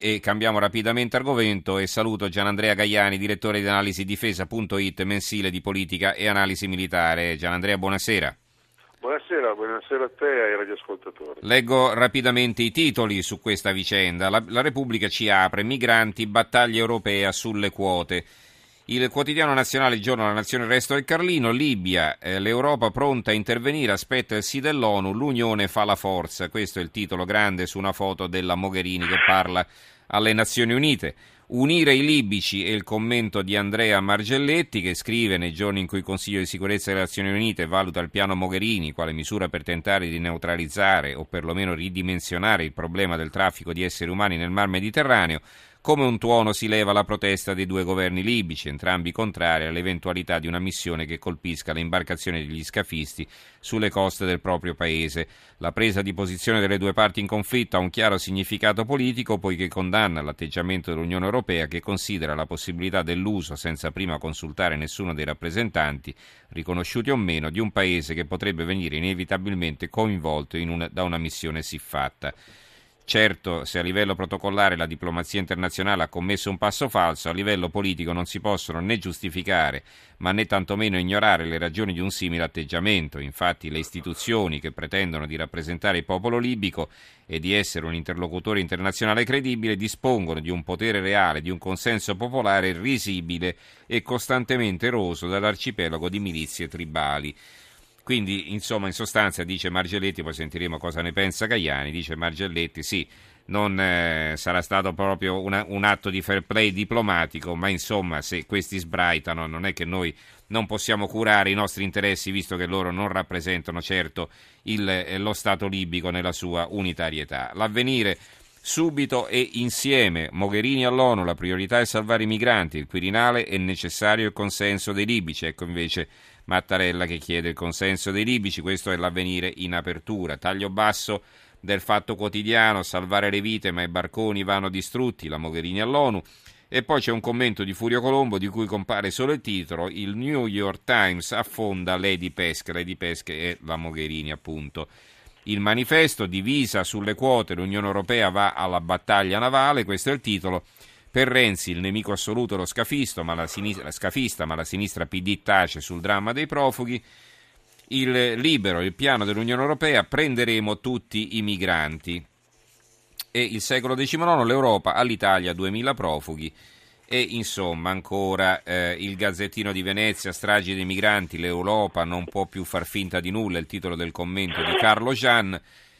E cambiamo rapidamente argomento e saluto Gianandrea Gaiani, direttore di analisi difesa.it, mensile di politica e analisi militare. Gianandrea, buonasera. Buonasera a te e ai radioascoltatori. Leggo rapidamente i titoli su questa vicenda. La Repubblica ci apre, migranti, battaglia europea sulle quote. Il quotidiano nazionale, il giorno della nazione, il resto del Carlino, Libia, l'Europa pronta a intervenire, aspetta il sì dell'ONU, l'Unione fa la forza. Questo è il titolo grande su una foto della Mogherini che parla alle Nazioni Unite. Unire i libici è il commento di Andrea Margelletti che scrive nei giorni in cui il Consiglio di sicurezza delle Nazioni Unite valuta il piano Mogherini quale misura per tentare di neutralizzare o perlomeno ridimensionare il problema del traffico di esseri umani nel Mar Mediterraneo. Come un tuono si leva la protesta dei due governi libici, entrambi contrari all'eventualità di una missione che colpisca le imbarcazioni degli scafisti sulle coste del proprio paese. La presa di posizione delle due parti in conflitto ha un chiaro significato politico poiché condanna l'atteggiamento dell'Unione Europea che considera la possibilità dell'uso, senza prima consultare nessuno dei rappresentanti, riconosciuti o meno, di un paese che potrebbe venire inevitabilmente coinvolto da una missione siffatta. Certo, se a livello protocollare la diplomazia internazionale ha commesso un passo falso, a livello politico non si possono né giustificare, ma né tantomeno ignorare le ragioni di un simile atteggiamento. Infatti le istituzioni che pretendono di rappresentare il popolo libico e di essere un interlocutore internazionale credibile dispongono di un potere reale, di un consenso popolare risibile e costantemente eroso dall'arcipelago di milizie tribali. Quindi, insomma, in sostanza, dice Margelletti, poi sentiremo cosa ne pensa Gaiani, dice Margelletti, sì, non sarà stato proprio un atto di fair play diplomatico, ma insomma, se questi sbraitano, non è che noi non possiamo curare i nostri interessi, visto che loro non rappresentano certo lo Stato libico nella sua unitarietà. L'Avvenire... Subito e insieme, Mogherini all'ONU, la priorità è salvare i migranti, il Quirinale è necessario il consenso dei libici, ecco invece Mattarella che chiede il consenso dei libici, questo è l'Avvenire in apertura. Taglio basso del Fatto Quotidiano, salvare le vite ma i barconi vanno distrutti, la Mogherini all'ONU. E poi c'è un commento di Furio Colombo di cui compare solo il titolo, il New York Times affonda Lady Pesca è la Mogherini appunto. Il Manifesto, divisa sulle quote, l'Unione Europea va alla battaglia navale, questo è il titolo. Per Renzi il nemico assoluto è lo scafista, ma la sinistra PD tace sul dramma dei profughi. Il Libero, il piano dell'Unione Europea, prenderemo tutti i migranti. E il secolo XIX, l'Europa all'Italia 2000 profughi. E insomma ancora il Gazzettino di Venezia, stragi dei migranti, l'Europa non può più far finta di nulla, il titolo del commento di Carlo Gian.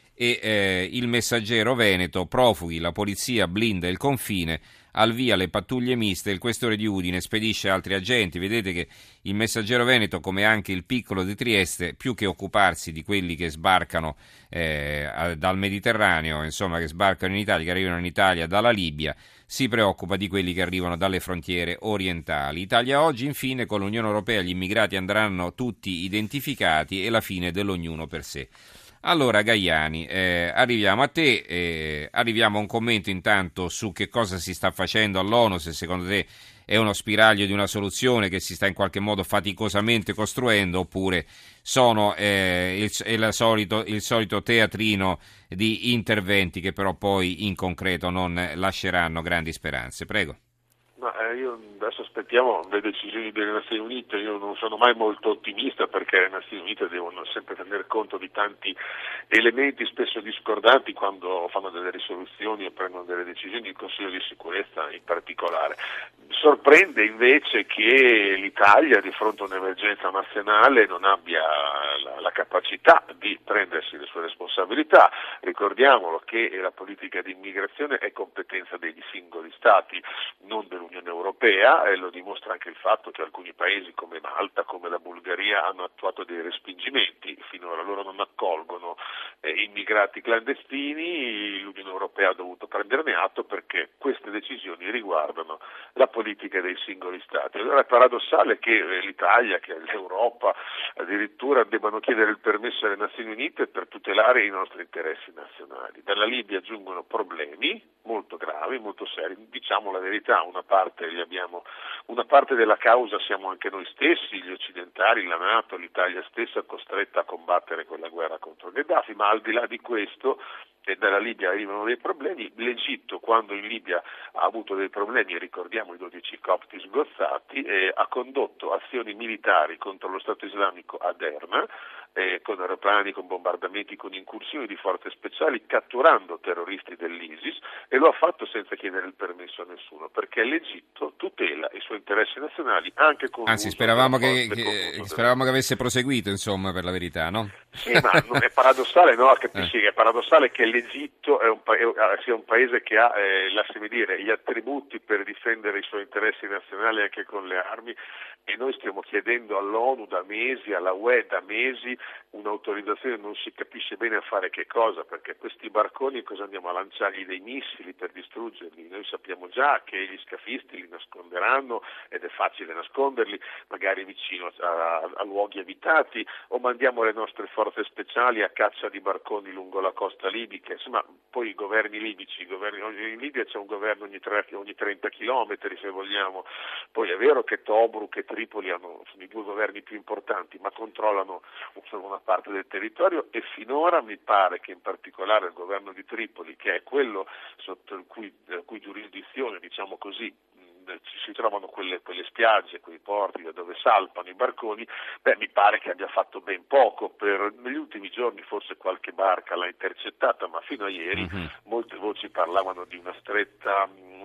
E il Messaggero Veneto, profughi, la polizia blinda il confine, al via le pattuglie miste, il questore di Udine spedisce altri agenti. Vedete che il Messaggero Veneto, come anche il Piccolo di Trieste, più che occuparsi di quelli che sbarcano dal Mediterraneo, insomma che sbarcano in Italia, che arrivano in Italia dalla Libia, si preoccupa di quelli che arrivano dalle frontiere orientali. Italia Oggi, infine, con l'Unione Europea gli immigrati andranno tutti identificati e la fine dell'ognuno per sé. Allora Gaiani, arriviamo a te, arriviamo a un commento intanto su che cosa si sta facendo all'ONU, se secondo te è uno spiraglio di una soluzione che si sta in qualche modo faticosamente costruendo oppure sono il solito teatrino di interventi che però poi in concreto non lasceranno grandi speranze. Prego. Io adesso aspettiamo le decisioni delle Nazioni Unite, io non sono mai molto ottimista perché le Nazioni Unite devono sempre tener conto di tanti elementi spesso discordanti quando fanno delle risoluzioni e prendono delle decisioni, il Consiglio di sicurezza in particolare. Sorprende invece che l'Italia di fronte a un'emergenza nazionale non abbia la capacità di prendersi le sue responsabilità. Ricordiamolo che la politica di immigrazione è competenza degli singoli Stati, non dell'Unione Europea, e lo dimostra anche il fatto che alcuni paesi come Malta, come la Bulgaria hanno attuato dei respingimenti, finora loro non accolgono immigrati clandestini, l'Unione Europea ha dovuto prenderne atto perché queste decisioni riguardano la politica dei singoli Stati. Allora è paradossale che l'Italia, che l'Europa addirittura debbano chiedere il permesso alle Nazioni Unite per tutelare i nostri interessi nazionali. Dalla Libia giungono problemi molto gravi, molto seri, diciamo la verità, una parte li abbiamo Una parte della causa siamo anche noi stessi, gli occidentali, la NATO, l'Italia stessa costretta a combattere quella guerra contro Gheddafi, ma al di là di questo, e dalla Libia arrivano dei problemi, l'Egitto quando in Libia ha avuto dei problemi, e ricordiamo i 12 copti sgozzati, ha condotto azioni militari contro lo Stato islamico a Derna, con aeroplani, con bombardamenti, con incursioni di forze speciali, catturando terroristi dell'ISIS, e lo ha fatto senza chiedere il permesso a nessuno, perché l'Egitto tutela i suoi interessi nazionali anche con Anzi, l'uso speravamo della che, forza, che- speravamo che avesse proseguito, insomma, per la verità, no? sì, ma non è paradossale, no? Capisci che è paradossale che l'Egitto sia un paese che ha, lasciami dire, gli attributi per difendere i suoi interessi nazionali anche con le armi, e noi stiamo chiedendo all'ONU da mesi, alla UE da mesi, un'autorizzazione, non si capisce bene a fare che cosa, perché questi barconi cosa andiamo a lanciargli dei missili per distruggerli? Noi sappiamo già che gli scafisti li nasconderanno, ed è facile nasconderli, magari vicino a luoghi abitati, o mandiamo le nostre forze speciali a caccia di barconi lungo la costa libica. Insomma, poi i governi libici, in Libia c'è un governo ogni 30 chilometri se vogliamo, poi è vero che Tobruk e Tripoli sono i due governi più importanti, ma controllano solo una parte del territorio, e finora mi pare che in particolare il governo di Tripoli, che è quello sotto il cui giurisdizione, diciamo così, si trovano quelle spiagge, quei porti da dove salpano i barconi, mi pare che abbia fatto ben poco. Negli ultimi giorni forse qualche barca l'ha intercettata, ma fino a ieri molte voci parlavano di una stretta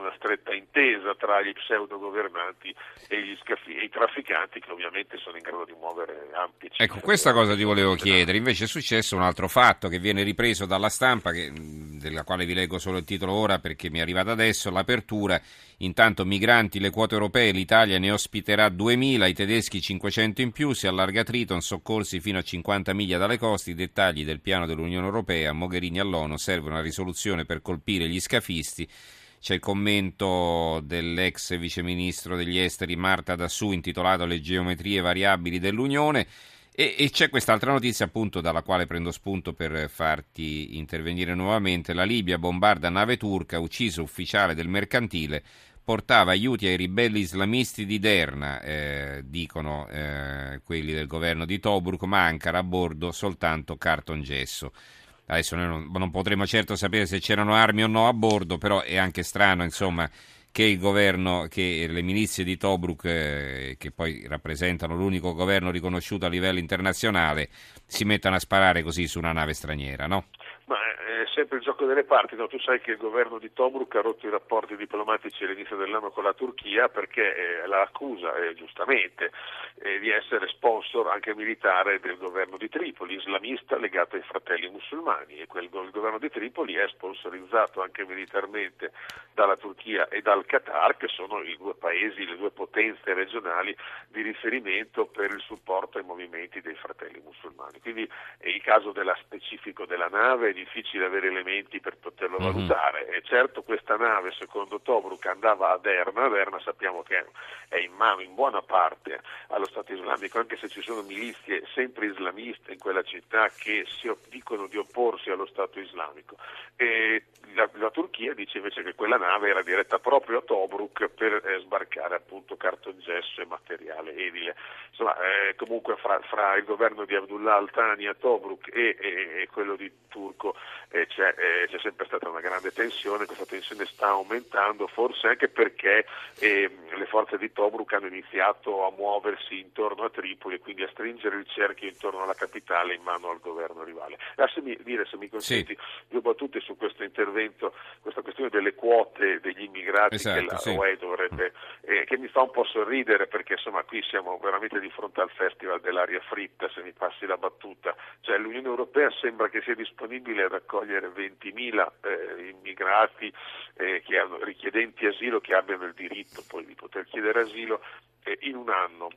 intesa tra gli pseudo-governanti e i trafficanti, che ovviamente sono in grado di muovere ampi cifre. Ecco, questa cosa ti volevo chiedere. Invece è successo un altro fatto che viene ripreso dalla stampa, della quale vi leggo solo il titolo ora perché mi è arrivata adesso, l'apertura. Intanto migranti, le quote europee, l'Italia ne ospiterà 2.000, i tedeschi 500 in più, si allarga Triton, soccorsi fino a 50 miglia dalle coste, i dettagli del piano dell'Unione Europea, Mogherini all'ONU, serve una risoluzione per colpire gli scafisti. C'è il commento dell'ex viceministro degli esteri Marta Dassù intitolato Le geometrie variabili dell'Unione. E c'è quest'altra notizia appunto dalla quale prendo spunto per farti intervenire nuovamente. La Libia bombarda nave turca, ucciso ufficiale del mercantile, portava aiuti ai ribelli islamisti di Derna, dicono quelli del governo di Tobruk, ma Ankara a bordo soltanto cartongesso. Adesso noi non potremo certo sapere se c'erano armi o no a bordo, però è anche strano, insomma, che il governo, che le milizie di Tobruk, che poi rappresentano l'unico governo riconosciuto a livello internazionale, si mettano a sparare così su una nave straniera, no? Ma è sempre il gioco delle parti, no? Tu sai che il governo di Tobruk ha rotto i rapporti diplomatici all'inizio dell'anno con la Turchia, perché la accusa, giustamente, di essere sponsor anche militare del governo di Tripoli, islamista legato ai fratelli musulmani, e il governo di Tripoli è sponsorizzato anche militarmente dalla Turchia e dal Qatar, che sono i due paesi, le due potenze regionali di riferimento per il supporto ai movimenti dei fratelli musulmani. Quindi il caso specifico della nave è difficile avere elementi per poterlo valutare, e certo questa nave secondo Tobruk andava a Derna sappiamo che è in mano in buona parte allo Stato islamico, anche se ci sono milizie sempre islamiste in quella città che dicono di opporsi allo Stato islamico, e la Turchia dice invece che quella nave era diretta proprio a Tobruk per sbarcare appunto cartongesso e materiale edile. Insomma, comunque fra il governo di Abdullah Al-Thani a Tobruk e quello di turco c'è sempre stata una grande tensione. Questa tensione sta aumentando, forse anche perché le forze di Tobruk hanno iniziato a muoversi intorno a Tripoli e quindi a stringere il cerchio intorno alla capitale in mano al governo rivale. Lasciami dire, se mi consenti, due battute su questo intervento, questa questione delle quote degli immigrati, che la UE dovrebbe, che mi fa un po' sorridere, perché insomma qui siamo veramente di fronte al festival dell'aria fritta, se mi passi la battuta. Cioè l'Unione Europea sembra che sia disponibile ad accogliere 20.000 immigrati richiedenti asilo, che abbiano il diritto poi di poter chiedere asilo in un anno,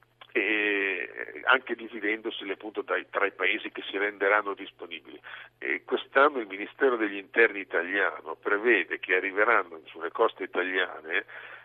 anche dividendosi appunto tra i paesi che si renderanno disponibili. Quest'anno il Ministero degli Interni italiano prevede che arriveranno sulle coste italiane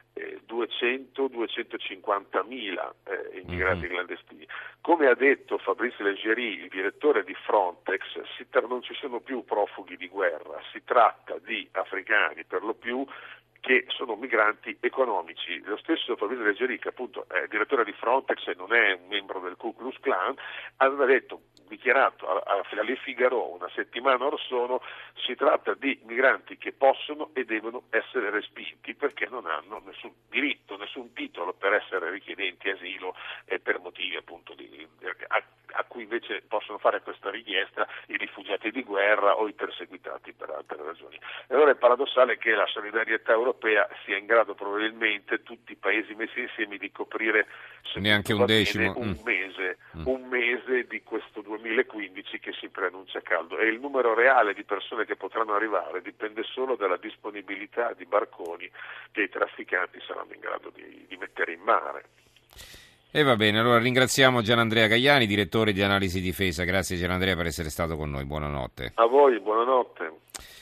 200-250 mila immigrati clandestini. Come ha detto Fabrice Leggeri, il direttore di Frontex, non ci sono più profughi di guerra, si tratta di africani per lo più che che sono migranti economici. Lo stesso Fabrizio Leggeri, che appunto è direttore di Frontex e non è un membro del Ku Klux Klan, aveva dichiarato alle Figaro una settimana or sono: si tratta di migranti che possono e devono essere respinti perché non hanno nessun diritto, nessun titolo per essere richiedenti asilo e per motivi appunto a cui invece possono fare questa richiesta i rifugiati di guerra o i perseguitati per altre ragioni. E allora è paradossale che la solidarietà europea sia in grado, probabilmente tutti i paesi messi insieme, di coprire neanche un decimo, un mese di questo 2015 che si preannuncia caldo, e il numero reale di persone che potranno arrivare dipende solo dalla disponibilità di barconi che i trafficanti saranno in grado di mettere in mare. E va bene, allora ringraziamo Gianandrea Gaiani, direttore di Analisi Difesa. Grazie Gianandrea per essere stato con noi, buonanotte. A voi, buonanotte.